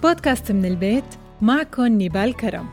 بودكاست من البيت، معكم نيبال كرم.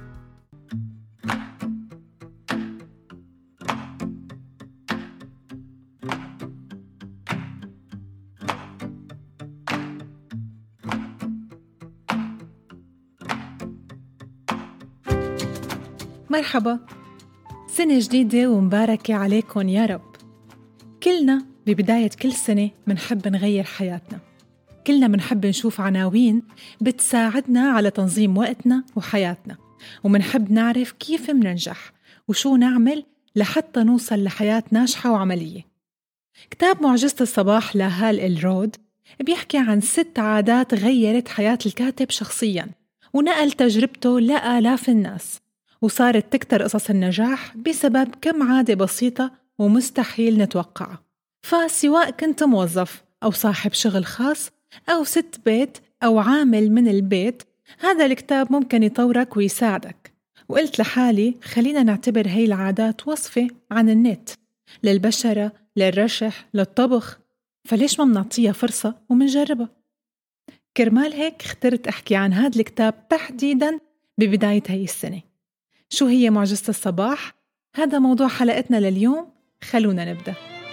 مرحبا، سنة جديدة ومباركة عليكم يا رب. كلنا ببداية كل سنة منحب نغير حياتنا، كلنا منحب نشوف عناوين بتساعدنا على تنظيم وقتنا وحياتنا، ومنحب نعرف كيف مننجح وشو نعمل لحتى نوصل لحياة ناجحة وعملية. كتاب معجزة الصباح لهال إلرود بيحكي عن 6 عادات غيرت حياة الكاتب شخصياً، ونقل تجربته لآلاف الناس، وصارت تكتر قصص النجاح بسبب كم عادة بسيطة ومستحيل نتوقعها. فسواء كنت موظف أو صاحب شغل خاص أو ست بيت أو عامل من البيت، هذا الكتاب ممكن يطورك ويساعدك. وقلت لحالي خلينا نعتبر هاي العادات وصفة عن النت للبشرة، للرشح، للطبخ، فليش ما منعطيها فرصة ومنجربها؟ كرمال هيك اخترت أحكي عن هذا الكتاب تحديداً ببداية هاي السنة. شو هي معجزة الصباح؟ هذا موضوع حلقتنا لليوم، خلونا نبدأ.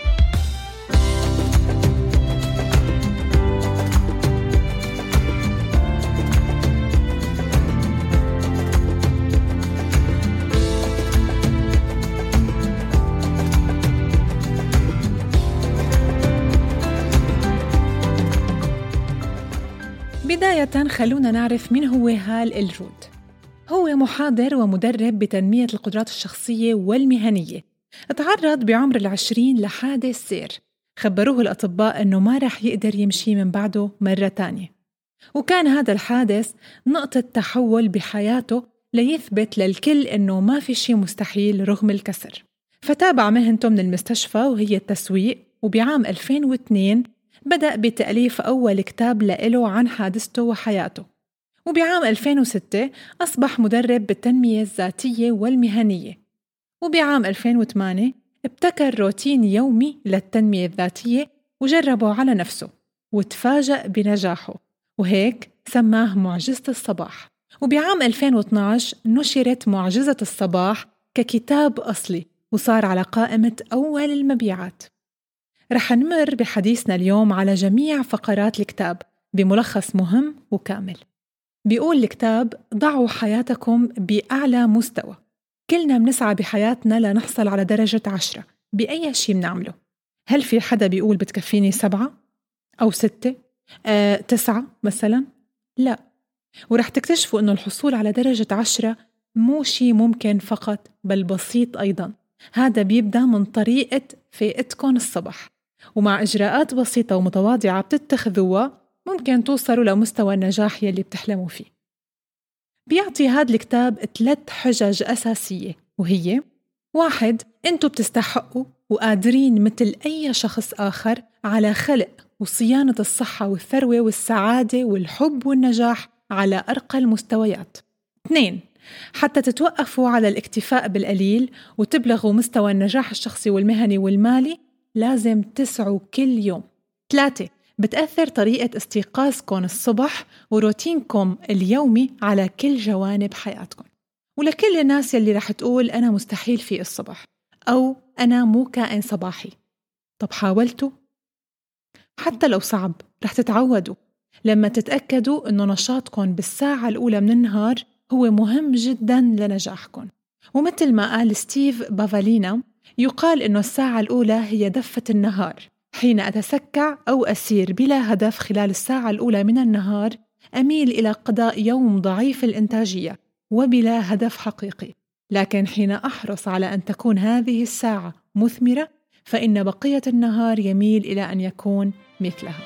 بداية خلونا نعرف مين هو هال إلرود. هو محاضر ومدرب بتنمية القدرات الشخصية والمهنية. تعرض بعمر 20 لحادث سير، خبروه الأطباء أنه ما رح يقدر يمشي من بعده مرة تانية، وكان هذا الحادث نقطة تحول بحياته ليثبت للكل أنه ما في شيء مستحيل رغم الكسر. فتابع مهنته من المستشفى وهي التسويق، وبعام 2002 بدأ بتأليف أول كتاب له عن حادثته وحياته. وبعام 2006 أصبح مدرب بالتنمية الذاتية والمهنية. وبعام 2008 ابتكر روتين يومي للتنمية الذاتية وجربه على نفسه وتفاجأ بنجاحه، وهيك سماه معجزة الصباح. وبعام 2012 نشرت معجزة الصباح ككتاب أصلي وصار على قائمة أول المبيعات. رح نمر بحديثنا اليوم على جميع فقرات الكتاب بملخص مهم وكامل. بيقول الكتاب: ضعوا حياتكم بأعلى مستوى. كلنا بنسعى بحياتنا لنحصل على درجة 10 بأي شيء بنعمله. هل في حدا بيقول بتكفيني 7 أو 6 9 مثلا؟ لا. ورح تكتشفوا أنه الحصول على درجة 10 مو شيء ممكن فقط، بل بسيط أيضا. هذا بيبدأ من طريقة فائتكم الصبح، ومع إجراءات بسيطة ومتواضعة بتتخذوها ممكن توصلوا لمستوى النجاح يلي بتحلموا فيه. بيعطي هذا الكتاب 3 حجج أساسية، وهي: 1. أنتوا بتستحقوا وقادرين مثل أي شخص آخر على خلق وصيانة الصحة والثروة والسعادة والحب والنجاح على أرقى المستويات. 2. حتى تتوقفوا على الاكتفاء بالقليل وتبلغوا مستوى النجاح الشخصي والمهني والمالي لازم تسعوا كل يوم. 3. بتأثر طريقة استيقاظكم الصبح وروتينكم اليومي على كل جوانب حياتكم. ولكل الناس يلي رح تقول أنا مستحيل في الصبح أو أنا مو كائن صباحي، طب حاولتوا؟ حتى لو صعب رح تتعودوا لما تتأكدوا أنه نشاطكم بالساعة الأولى من النهار هو مهم جدا لنجاحكم. ومثل ما قال ستيف بافالينا، يقال أنه الساعة الأولى هي دفة النهار. حين أتسكع أو أسير بلا هدف خلال الساعة الأولى من النهار، أميل إلى قضاء يوم ضعيف الإنتاجية وبلا هدف حقيقي. لكن حين أحرص على أن تكون هذه الساعة مثمرة، فإن بقية النهار يميل إلى أن يكون مثلها.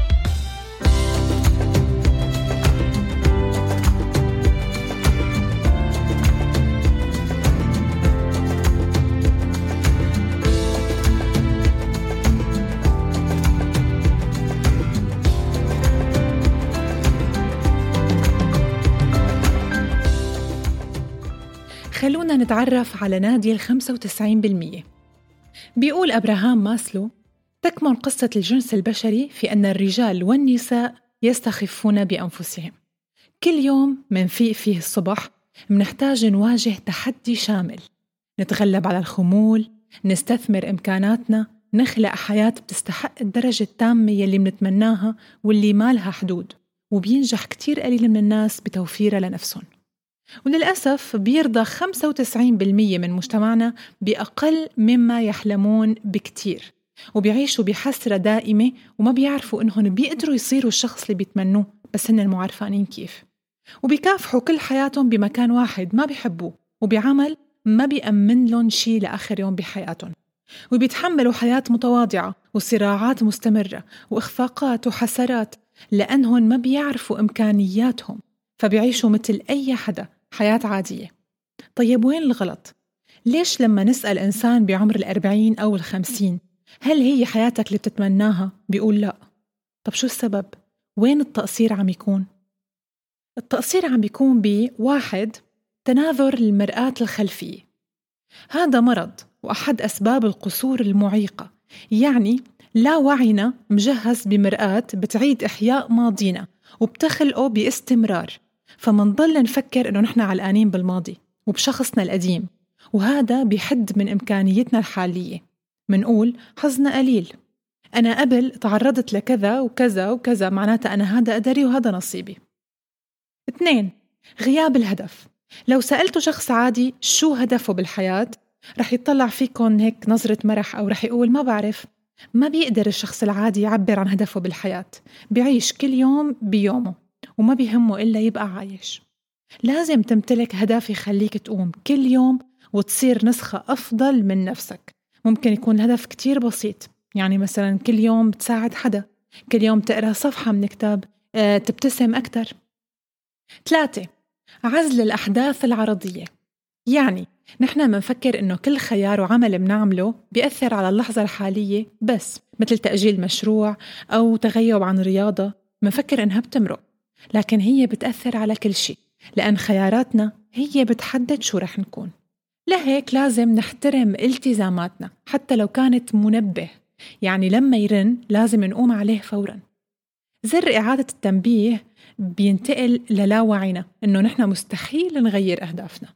خلونا نتعرف على نادي 95%. بيقول أبراهام ماسلو: تكمن قصة الجنس البشري في أن الرجال والنساء يستخفون بأنفسهم. كل يوم منفيق فيه الصبح منحتاج نواجه تحدي شامل، نتغلب على الخمول، نستثمر إمكاناتنا، نخلق حياة بتستحق الدرجة التامة يلي منتمناها واللي ما لها حدود، وبينجح كتير قليل من الناس بتوفيرها لنفسهم. وللأسف بيرضى 95% من مجتمعنا بأقل مما يحلمون بكتير، وبيعيشوا بحسرة دائمة وما بيعرفوا إنهم بيقدروا يصيروا الشخص اللي بيتمنوه بس هن المعرفانين كيف، وبيكافحوا كل حياتهم بمكان واحد ما بيحبوه وبعمل ما بيأمن لهم شي لآخر يوم بحياتهم، وبيتحملوا حياة متواضعة وصراعات مستمرة وإخفاقات وحسرات لأنهم ما بيعرفوا إمكانياتهم، فبيعيشوا مثل أي حدا حياة عادية. طيب وين الغلط؟ ليش لما نسأل إنسان بعمر 40 أو 50 هل هي حياتك اللي بتتمناها بيقول لا؟ طب شو السبب؟ وين التقصير عم يكون؟ التقصير عم بيكون بواحد، تناظر المرآة الخلفية. هذا مرض وأحد أسباب القصور المعيقة، يعني لا وعينا مجهز بمرآة بتعيد إحياء ماضينا وبتخلقه باستمرار، فمنضل نفكر إنه نحن علقانين بالماضي وبشخصنا القديم، وهذا بيحد من إمكانيتنا الحالية. منقول حظنا قليل، أنا قبل تعرضت لكذا وكذا وكذا، معناتها أنا هذا قدري وهذا نصيبي. 2. غياب الهدف. لو سألتوا شخص عادي شو هدفه بالحياة رح يطلع فيكم هيك نظرة مرح أو رح يقول ما بعرف. ما بيقدر الشخص العادي يعبر عن هدفه بالحياة، بيعيش كل يوم بيومه وما بيهمه إلا يبقى عايش. لازم تمتلك هدف يخليك تقوم كل يوم وتصير نسخة أفضل من نفسك. ممكن يكون الهدف كتير بسيط، يعني مثلا كل يوم تساعد حدا، كل يوم تقرأ صفحة من كتاب، تبتسم أكتر. 3. عزل الأحداث العرضية. يعني نحن منفكر إنه كل خيار وعمل منعمله بيأثر على اللحظة الحالية بس، مثل تأجيل مشروع أو تغيب عن رياضة، منفكر إنها بتمرق، لكن هي بتأثر على كل شيء، لأن خياراتنا هي بتحدد شو رح نكون. لهيك لازم نحترم التزاماتنا حتى لو كانت منبه، يعني لما يرن لازم نقوم عليه فوراً. زر إعادة التنبيه بينتقل للاوعينا إنه نحن مستحيل نغير أهدافنا.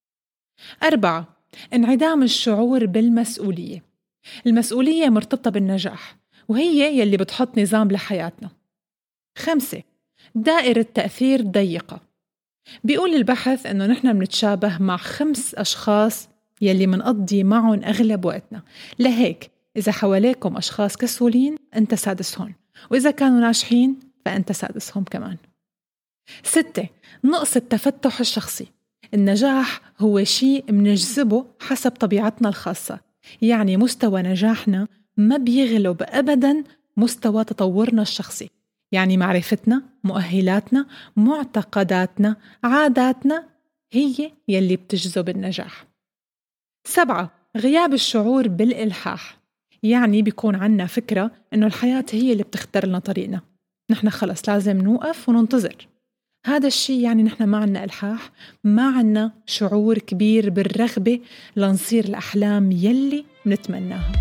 4. انعدام الشعور بالمسؤولية. المسؤولية مرتبطة بالنجاح وهي يلي بتحط نظام لحياتنا. 5. دائرة تأثير ضيقة. بيقول البحث إنه نحن بنتشابه مع 5 أشخاص يلي منقضي معهم أغلب وقتنا، لهيك إذا حواليكم أشخاص كسولين أنت سادسهم، وإذا كانوا ناجحين فأنت سادسهم كمان. 6. نقص التفتح الشخصي. النجاح هو شيء منجذبه حسب طبيعتنا الخاصة، يعني مستوى نجاحنا ما بيغلب أبداً مستوى تطورنا الشخصي، يعني معرفتنا، مؤهلاتنا، معتقداتنا، عاداتنا هي يلي بتجذب النجاح. 7. غياب الشعور بالإلحاح. يعني بيكون عنا فكرة إنه الحياة هي اللي بتختار لنا طريقنا، نحن خلص لازم نوقف وننتظر. هذا الشيء يعني نحن ما عنا إلحاح، ما عنا شعور كبير بالرغبة لنصير الأحلام يلي منتمناها.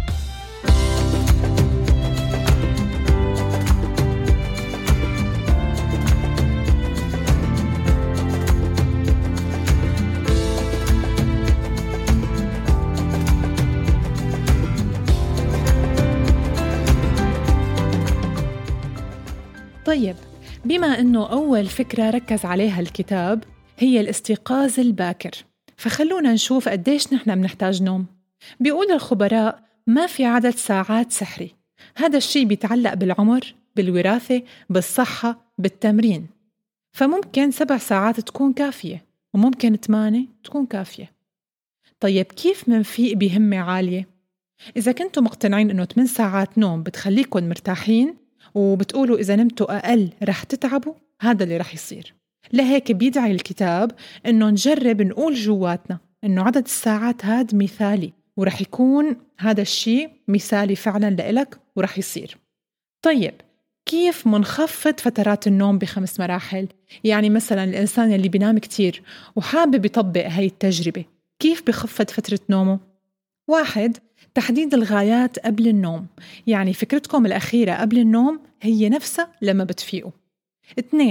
طيب، بما أنه أول فكرة ركز عليها الكتاب هي الاستيقاظ الباكر، فخلونا نشوف قديش نحن بنحتاج نوم. بيقول الخبراء ما في عدد ساعات سحري، هذا الشيء بيتعلق بالعمر، بالوراثة، بالصحة، بالتمرين. فممكن 7 ساعات تكون كافية وممكن 8 تكون كافية. طيب كيف منفيق بهمة عالية؟ إذا كنتوا مقتنعين أنه 8 ساعات نوم بتخليكم مرتاحين وبتقولوا إذا نمتوا أقل رح تتعبوا، هذا اللي رح يصير. لهيك بيدعي الكتاب إنه نجرب نقول جواتنا إنه عدد الساعات هاد مثالي، ورح يكون هذا الشيء مثالي فعلا لإلك ورح يصير. طيب كيف منخفض فترات النوم ب5 مراحل؟ يعني مثلا الإنسان اللي بينام كتير وحابب يطبق هاي التجربة، كيف بخفض فترة نومه؟ 1. تحديد الغايات قبل النوم، يعني فكرتكم الأخيرة قبل النوم هي نفسها لما بتفيقوا. 2.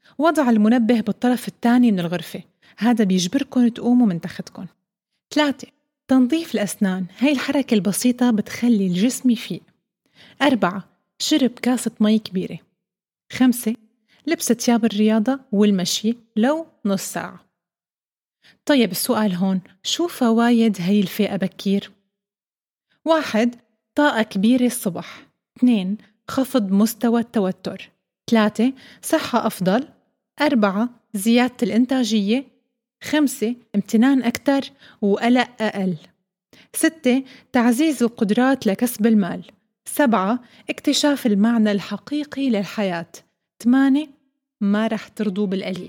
وضع المنبه بالطرف الثاني من الغرفة، هذا بيجبركن تقوموا من تختكن. 3. تنظيف الأسنان، هاي الحركة البسيطة بتخلي الجسم يفيق. 4. شرب كاسة مي كبيرة. 5. لبس ثياب الرياضة والمشي لو نص ساعة. طيب السؤال هون، شو فوايد هاي الفائقة بكير؟ 1. طاقة كبيرة الصبح. 2. خفض مستوى التوتر. 3. صحة أفضل. 4. زيادة الإنتاجية. 5. امتنان أكتر وقلق أقل. 6. تعزيز القدرات لكسب المال. 7. اكتشاف المعنى الحقيقي للحياة. 8. ما رح ترضوا بالقليل.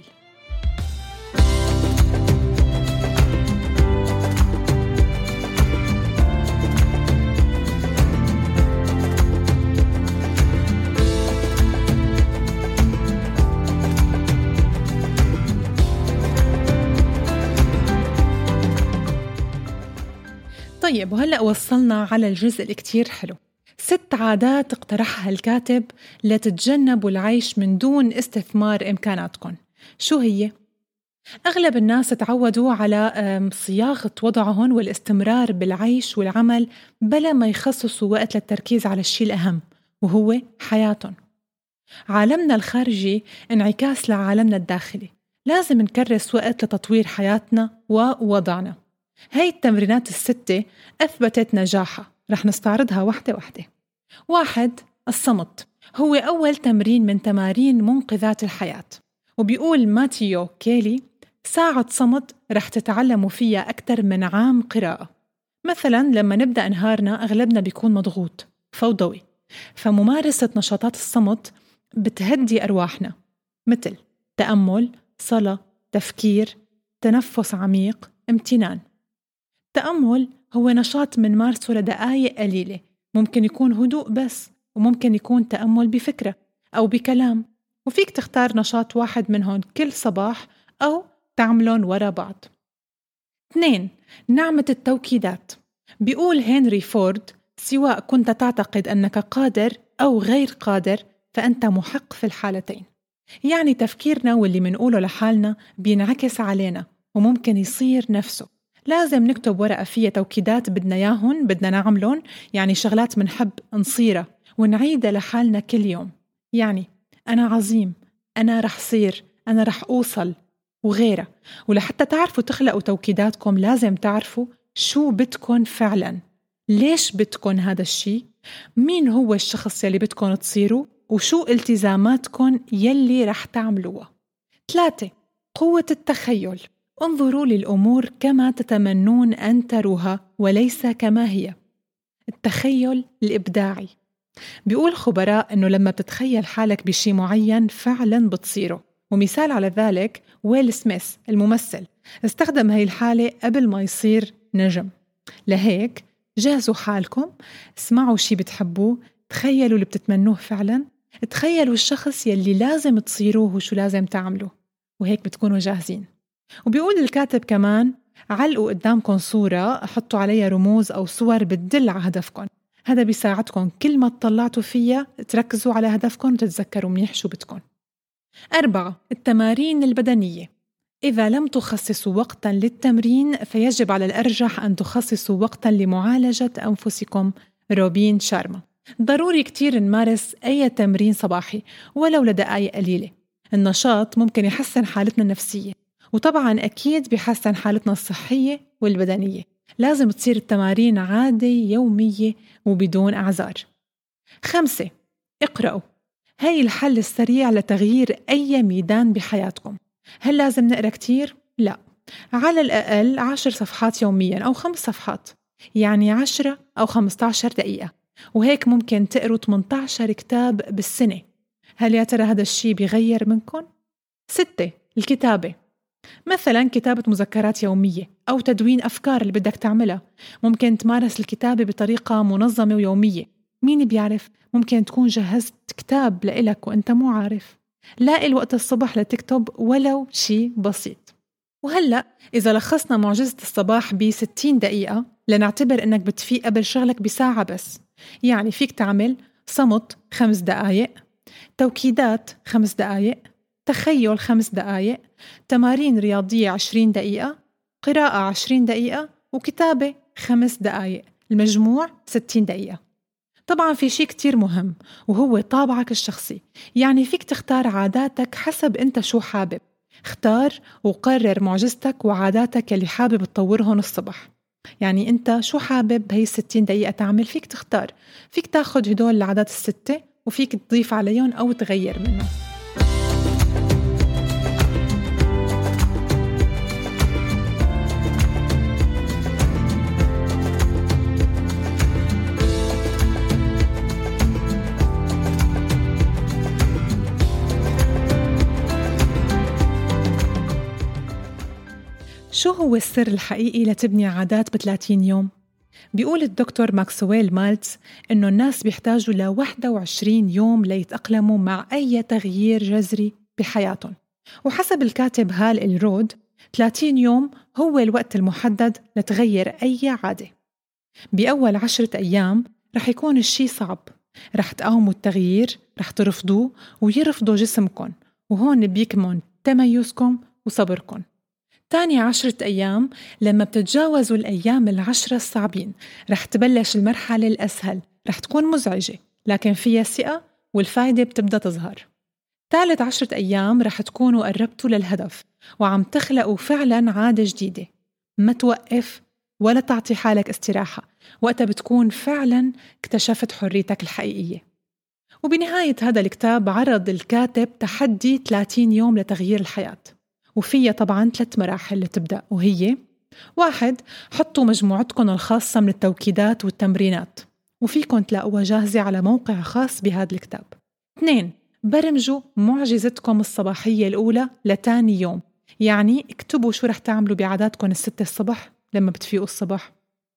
طيب وهلأ وصلنا على الجزء الكتير حلو، 6 عادات اقترحها الكاتب لتتجنبوا العيش من دون استثمار إمكاناتكم. شو هي؟ أغلب الناس تعودوا على صياغة وضعهم والاستمرار بالعيش والعمل بلا ما يخصصوا وقت للتركيز على الشيء الأهم وهو حياتهم. عالمنا الخارجي انعكاس لعالمنا الداخلي، لازم نكرس وقت لتطوير حياتنا ووضعنا. هاي التمرينات 6 أثبتت نجاحها، رح نستعرضها واحدة واحدة. 1. الصمت هو أول تمرين من تمارين منقذات الحياة، وبيقول ماتيو كيلي ساعة صمت رح تتعلموا فيها أكثر من عام قراءة. مثلاً لما نبدأ نهارنا أغلبنا بيكون مضغوط فوضوي، فممارسة نشاطات الصمت بتهدي أرواحنا، مثل تأمل، صلاة، تفكير، تنفس عميق، امتنان. التأمل هو نشاط من مارسه لدقائق قليلة، ممكن يكون هدوء بس، وممكن يكون تأمل بفكرة أو بكلام، وفيك تختار نشاط واحد منهم كل صباح أو تعملون ورا بعض. 2. نعمة التوكيدات. بيقول هنري فورد سواء كنت تعتقد أنك قادر أو غير قادر فأنت محق في الحالتين. يعني تفكيرنا واللي منقوله لحالنا بينعكس علينا وممكن يصير نفسه. لازم نكتب ورقة فيها توكيدات بدنا ياهن، بدنا نعملون، يعني شغلات منحب نصيرها ونعيدها لحالنا كل يوم. يعني أنا عظيم، أنا رح صير، أنا رح أوصل وغيرها. ولحتى تعرفوا تخلقوا توكيداتكم لازم تعرفوا شو بدكن فعلا، ليش بدكن هذا الشيء، مين هو الشخص يلي بدكن تصيروا، وشو التزاماتكن يلي رح تعملوها. 3. قوة التخيل. انظروا للأمور كما تتمنون أن تروها وليس كما هي. التخيل الإبداعي. بيقول خبراء أنه لما بتتخيل حالك بشي معين فعلا بتصيره، ومثال على ذلك ويل سميث الممثل استخدم هاي الحالة قبل ما يصير نجم. لهيك جهزوا حالكم، اسمعوا شي بتحبوه، تخيلوا اللي بتتمنوه فعلا، تخيلوا الشخص يلي لازم تصيروه وشو لازم تعملوا، وهيك بتكونوا جاهزين. وبيقول الكاتب كمان علقوا قدامكم صورة، حطوا عليها رموز أو صور بتدل على هدفكم، هذا بيساعدكم كل ما تطلعتوا فيها تركزوا على هدفكم وتتذكروا منيح شو بدكم. 4. التمارين البدنية. إذا لم تخصصوا وقتاً للتمرين فيجب على الأرجح أن تخصصوا وقتاً لمعالجة أنفسكم. روبين شارما. ضروري كتير نمارس أي تمرين صباحي ولو لدقائق قليلة. النشاط ممكن يحسن حالتنا النفسية، وطبعاً أكيد بيحسن حالتنا الصحية والبدنية. لازم تصير التمارين عادة يومية وبدون أعذار. 5. اقرأوا. هاي الحل السريع لتغيير أي ميدان بحياتكم. هل لازم نقرأ كتير؟ لا، على الأقل 10 صفحات يومياً أو 5 صفحات، يعني 10 أو 15 دقيقة، وهيك ممكن تقروا 18 كتاب بالسنة. هل يا ترى هذا الشيء بيغير منكم؟ 6. الكتابة. مثلاً كتابة مذكرات يومية أو تدوين أفكار اللي بدك تعملها. ممكن تمارس الكتابة بطريقة منظمة ويومية. مين بيعرف، ممكن تكون جهزت كتاب لإلك وإنت مو عارف. لاقي الوقت الصبح لتكتب ولو شيء بسيط. وهلأ إذا لخصنا معجزة الصباح ب60 دقيقة لنعتبر إنك بتفيق قبل شغلك بساعة بس، يعني فيك تعمل صمت 5 دقايق، توكيدات 5 دقايق، تخيل 5 دقايق، تمارين رياضية 20 دقيقة، قراءة 20 دقيقة، وكتابة 5 دقايق، المجموع 60 دقيقة. طبعاً في شيء كتير مهم وهو طابعك الشخصي، يعني فيك تختار عاداتك حسب أنت شو حابب. اختار وقرر معجزتك وعاداتك اللي حابب تطورهم الصبح. يعني أنت شو حابب هي 60 دقيقة تعمل، فيك تختار، فيك تاخد هدول العادات 6 وفيك تضيف عليهم أو تغير منهم. شو هو السر الحقيقي لتبني عادات ب30 يوم؟ بيقول الدكتور ماكسويل مالتز إنه الناس بيحتاجوا ل21 يوم ليتأقلموا مع أي تغيير جذري بحياتهم. وحسب الكاتب هال الرود 30 يوم هو الوقت المحدد لتغير أي عادة. بأول 10 أيام رح يكون الشي صعب، رح تقاوموا التغيير، رح ترفضوه ويرفضوا جسمكم، وهون بيكمن تميزكم وصبركم. تاني 10 أيام لما بتتجاوزوا الأيام 10 الصعبين رح تبلش المرحلة الأسهل، رح تكون مزعجة لكن فيها ثقة والفايدة بتبدأ تظهر. ثالث 10 أيام رح تكونوا قربتوا للهدف وعم تخلقوا فعلاً عادة جديدة. ما توقف ولا تعطي حالك استراحة، وقتها بتكون فعلاً اكتشفت حريتك الحقيقية. وبنهاية هذا الكتاب عرض الكاتب تحدي 30 يوم لتغيير الحياة، وفيها طبعاً 3 مراحل لتبدأ، وهي 1. حطوا مجموعتكم الخاصة من التوكيدات والتمرينات وفيكم تلاقوها جاهزة على موقع خاص بهذا الكتاب. 2. برمجوا معجزتكم الصباحية الأولى لتاني يوم، يعني اكتبوا شو رح تعملوا بعاداتكم 6 الصبح لما بتفيقوا الصبح.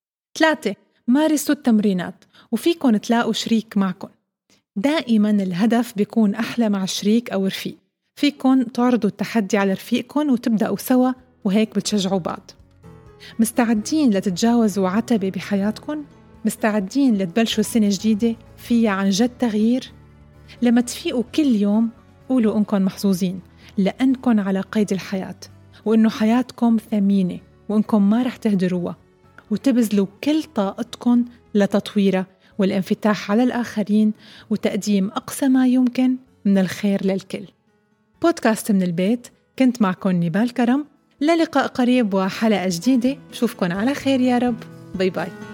3. مارسوا التمرينات وفيكم تلاقوا شريك معكم. دائماً الهدف بيكون أحلى مع شريك أو رفيق، فيكن تعرضوا التحدي على رفيقكن وتبدأوا سوا وهيك بتشجعوا بعض. مستعدين لتتجاوزوا عتبة بحياتكن؟ مستعدين لتبلشوا سنة جديدة فيها عن جد تغيير؟ لما تفيقوا كل يوم قولوا إنكن محظوظين لأنكن على قيد الحياة، وإنه حياتكم ثمينة وإنكم ما رح تهدروها، وتبذلوا كل طاقتكن لتطويرها والانفتاح على الآخرين وتقديم أقصى ما يمكن من الخير للكل. بودكاست من البيت، كنت معكم نبال كرم. للقاء قريب وحلقة جديدة، بشوفكن على خير يا رب. باي باي.